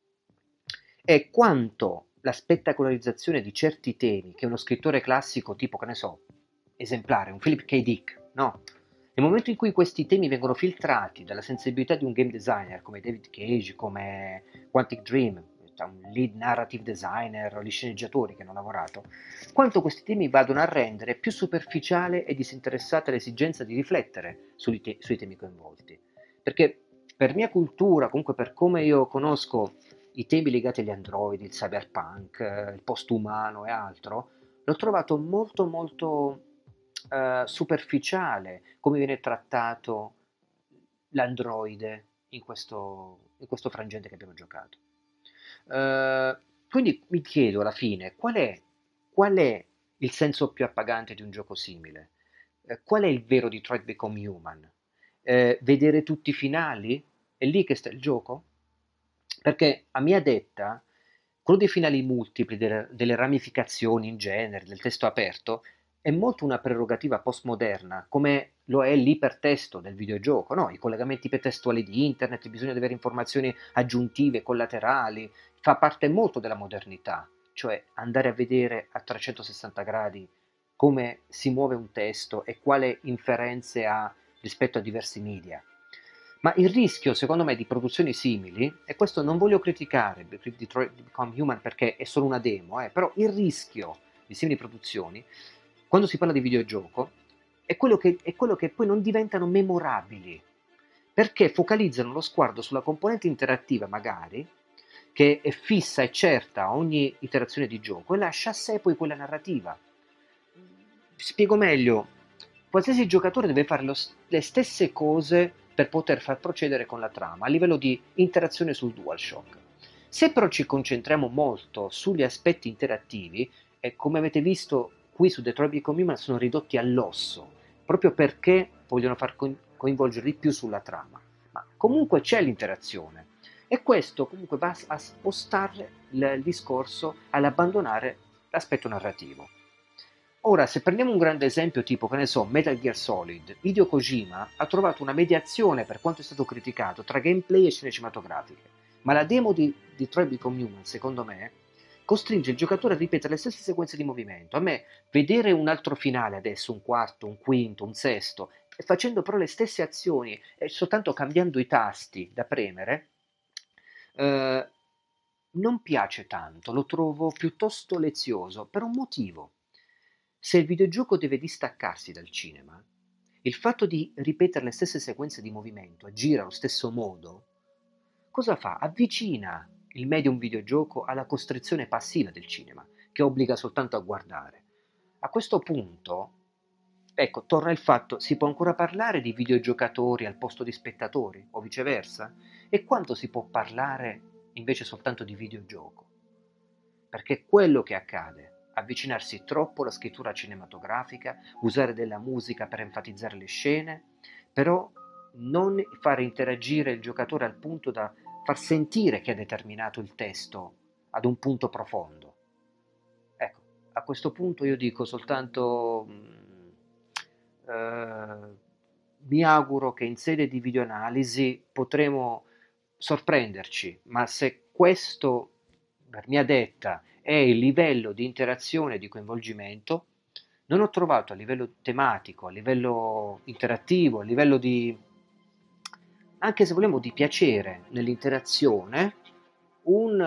S1: è quanto la spettacolarizzazione di certi temi che uno scrittore classico tipo, che ne so, esemplare, un Philip K. Dick, no? Nel momento in cui questi temi vengono filtrati dalla sensibilità di un game designer come David Cage, come Quantic Dream, un lead narrative designer o gli sceneggiatori che hanno lavorato, quanto questi temi vadano a rendere più superficiale e disinteressata l'esigenza di riflettere sui, te- sui temi coinvolti. Perché per mia cultura, comunque per come io conosco i temi legati agli androidi, il cyberpunk, eh, il postumano e altro, l'ho trovato molto molto eh, superficiale come viene trattato l'androide in questo, in questo frangente che abbiamo giocato. Eh, quindi mi chiedo alla fine qual è, qual è il senso più appagante di un gioco simile? Eh, qual è il vero Detroit Become Human? Eh, vedere tutti i finali? È lì che sta il gioco? Perché a mia detta, quello dei finali multipli, delle, delle ramificazioni in genere, del testo aperto, è molto una prerogativa postmoderna, come lo è l'ipertesto del videogioco, no? I collegamenti ipertestuali di internet, il bisogno di avere informazioni aggiuntive, collaterali, fa parte molto della modernità, cioè andare a vedere a trecentosessanta gradi come si muove un testo e quale inferenze ha rispetto a diversi media. Ma il rischio, secondo me, di produzioni simili, e questo non voglio criticare Detroit Become Human perché è solo una demo, eh, però il rischio di simili produzioni, quando si parla di videogioco, è quello che, è quello che poi non diventano memorabili, perché focalizzano lo sguardo sulla componente interattiva, magari, che è fissa e certa a ogni iterazione di gioco, e lascia a sé poi quella narrativa. Spiego meglio, qualsiasi giocatore deve fare lo, le stesse cose per poter far procedere con la trama a livello di interazione sul DualShock. Se però ci concentriamo molto sugli aspetti interattivi, e come avete visto qui su Detroit Become Human sono ridotti all'osso, proprio perché vogliono far coinvolgere di più sulla trama. Ma comunque c'è l'interazione, e questo comunque va a spostare il discorso all'abbandonare l'aspetto narrativo. Ora, se prendiamo un grande esempio tipo, che ne so, Metal Gear Solid, Hideo Kojima ha trovato una mediazione, per quanto è stato criticato, tra gameplay e scene cinematografiche, ma la demo di Detroit Become Human, secondo me, costringe il giocatore a ripetere le stesse sequenze di movimento. A me, vedere un altro finale adesso, un quarto, un quinto, un sesto, e facendo però le stesse azioni e soltanto cambiando i tasti da premere, eh, non piace tanto, lo trovo piuttosto lezioso, per un motivo. Se il videogioco deve distaccarsi dal cinema, il fatto di ripetere le stesse sequenze di movimento, agire allo stesso modo, cosa fa? Avvicina il medium videogioco alla costrizione passiva del cinema, che obbliga soltanto a guardare. A questo punto, ecco, torna il fatto, si può ancora parlare di videogiocatori al posto di spettatori, o viceversa? E quanto si può parlare invece soltanto di videogioco? Perché è quello che accade. Avvicinarsi troppo alla scrittura cinematografica, usare della musica per enfatizzare le scene, però non fare interagire il giocatore al punto da far sentire che ha determinato il testo ad un punto profondo. Ecco, a questo punto io dico soltanto mh, eh, mi auguro che in sede di videoanalisi potremo sorprenderci, ma se questo, per mia detta, è il livello di interazione e di coinvolgimento, non ho trovato a livello tematico, a livello interattivo, a livello di, anche se vogliamo, di piacere nell'interazione, un,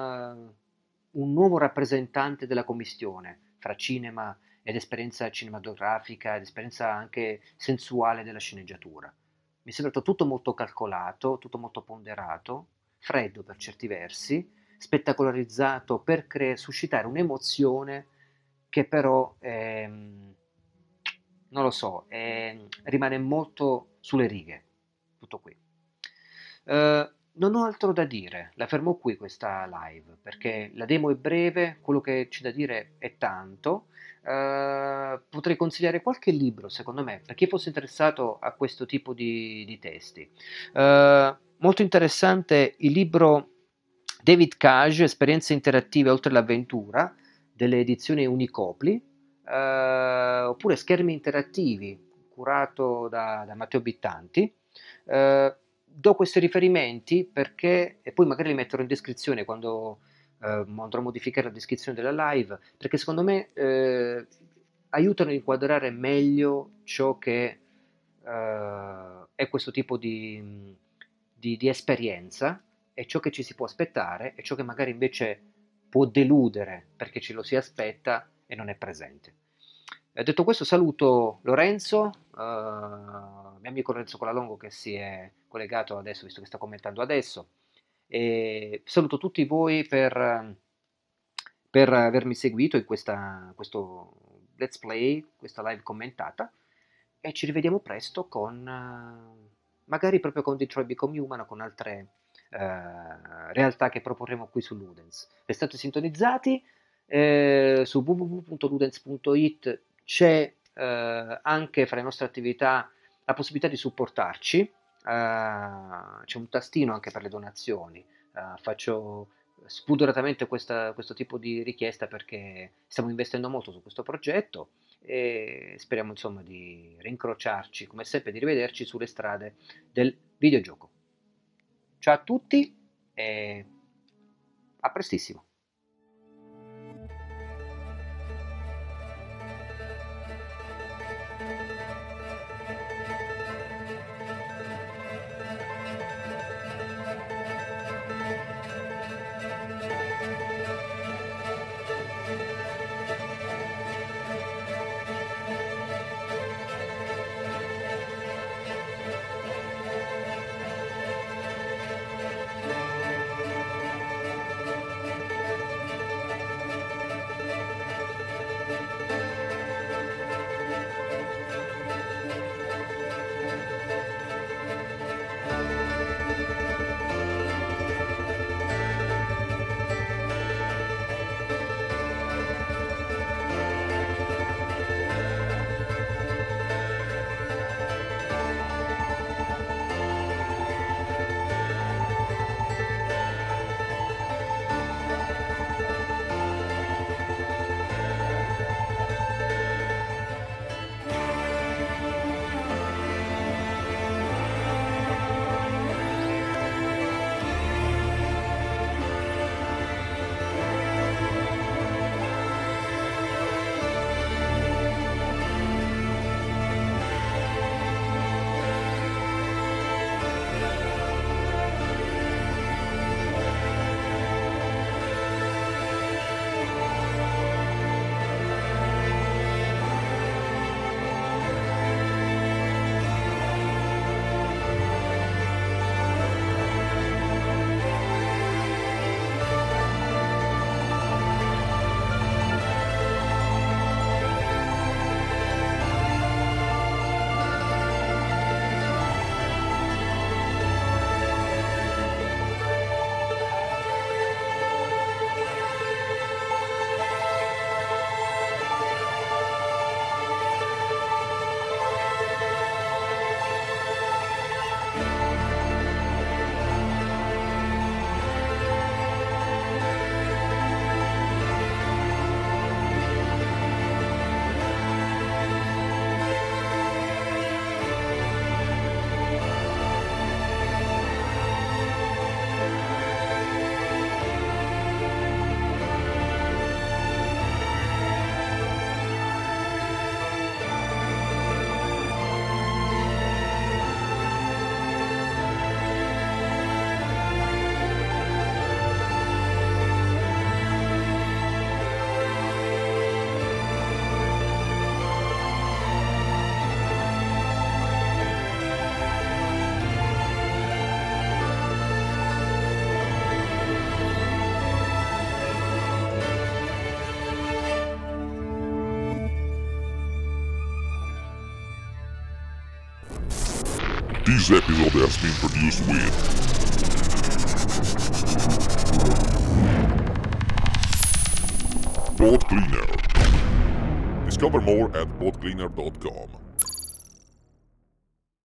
S1: uh, un nuovo rappresentante della commistione fra cinema ed esperienza cinematografica ed esperienza anche sensuale della sceneggiatura. Mi è sembrato tutto molto calcolato, tutto molto ponderato, freddo per certi versi, spettacolarizzato per cre- suscitare un'emozione che però, ehm, non lo so, ehm, rimane molto sulle righe. Tutto qui. Eh, non ho altro da dire, la fermo qui questa live, perché la demo è breve, quello che c'è da dire è tanto. Eh, potrei consigliare qualche libro, secondo me, per chi fosse interessato a questo tipo di, di testi. Eh, molto interessante il libro David Cage, esperienze interattive oltre l'avventura, delle edizioni Unicopli, eh, oppure Schermi interattivi, curato da, da Matteo Bittanti. Eh, do questi riferimenti perché, e poi magari li metterò in descrizione quando eh, andrò a modificare la descrizione della live, perché secondo me eh, aiutano a inquadrare meglio ciò che eh, è questo tipo di, di, di esperienza, e ciò che ci si può aspettare e ciò che magari invece può deludere perché ce lo si aspetta e non è presente. Eh, detto questo, saluto Lorenzo, eh, mio amico Lorenzo Colalongo, che si è collegato adesso, visto che sta commentando adesso, e saluto tutti voi per, per avermi seguito in questa, questo let's play, questa live commentata, e ci rivediamo presto con eh, magari proprio con Detroit Become Human o con altre eh, realtà che proporremo qui su Ludens. Restate sintonizzati, eh, su w w w punto ludens punto it c'è eh, anche fra le nostre attività la possibilità di supportarci, eh, c'è un tastino anche per le donazioni, eh, faccio spudoratamente questa, questo tipo di richiesta perché stiamo investendo molto su questo progetto e speriamo insomma di rincrociarci come sempre, di rivederci sulle strade del videogioco. Ciao a tutti e a prestissimo.
S6: This episode has been produced with Pod Cleaner. Discover more at pod cleaner dot com.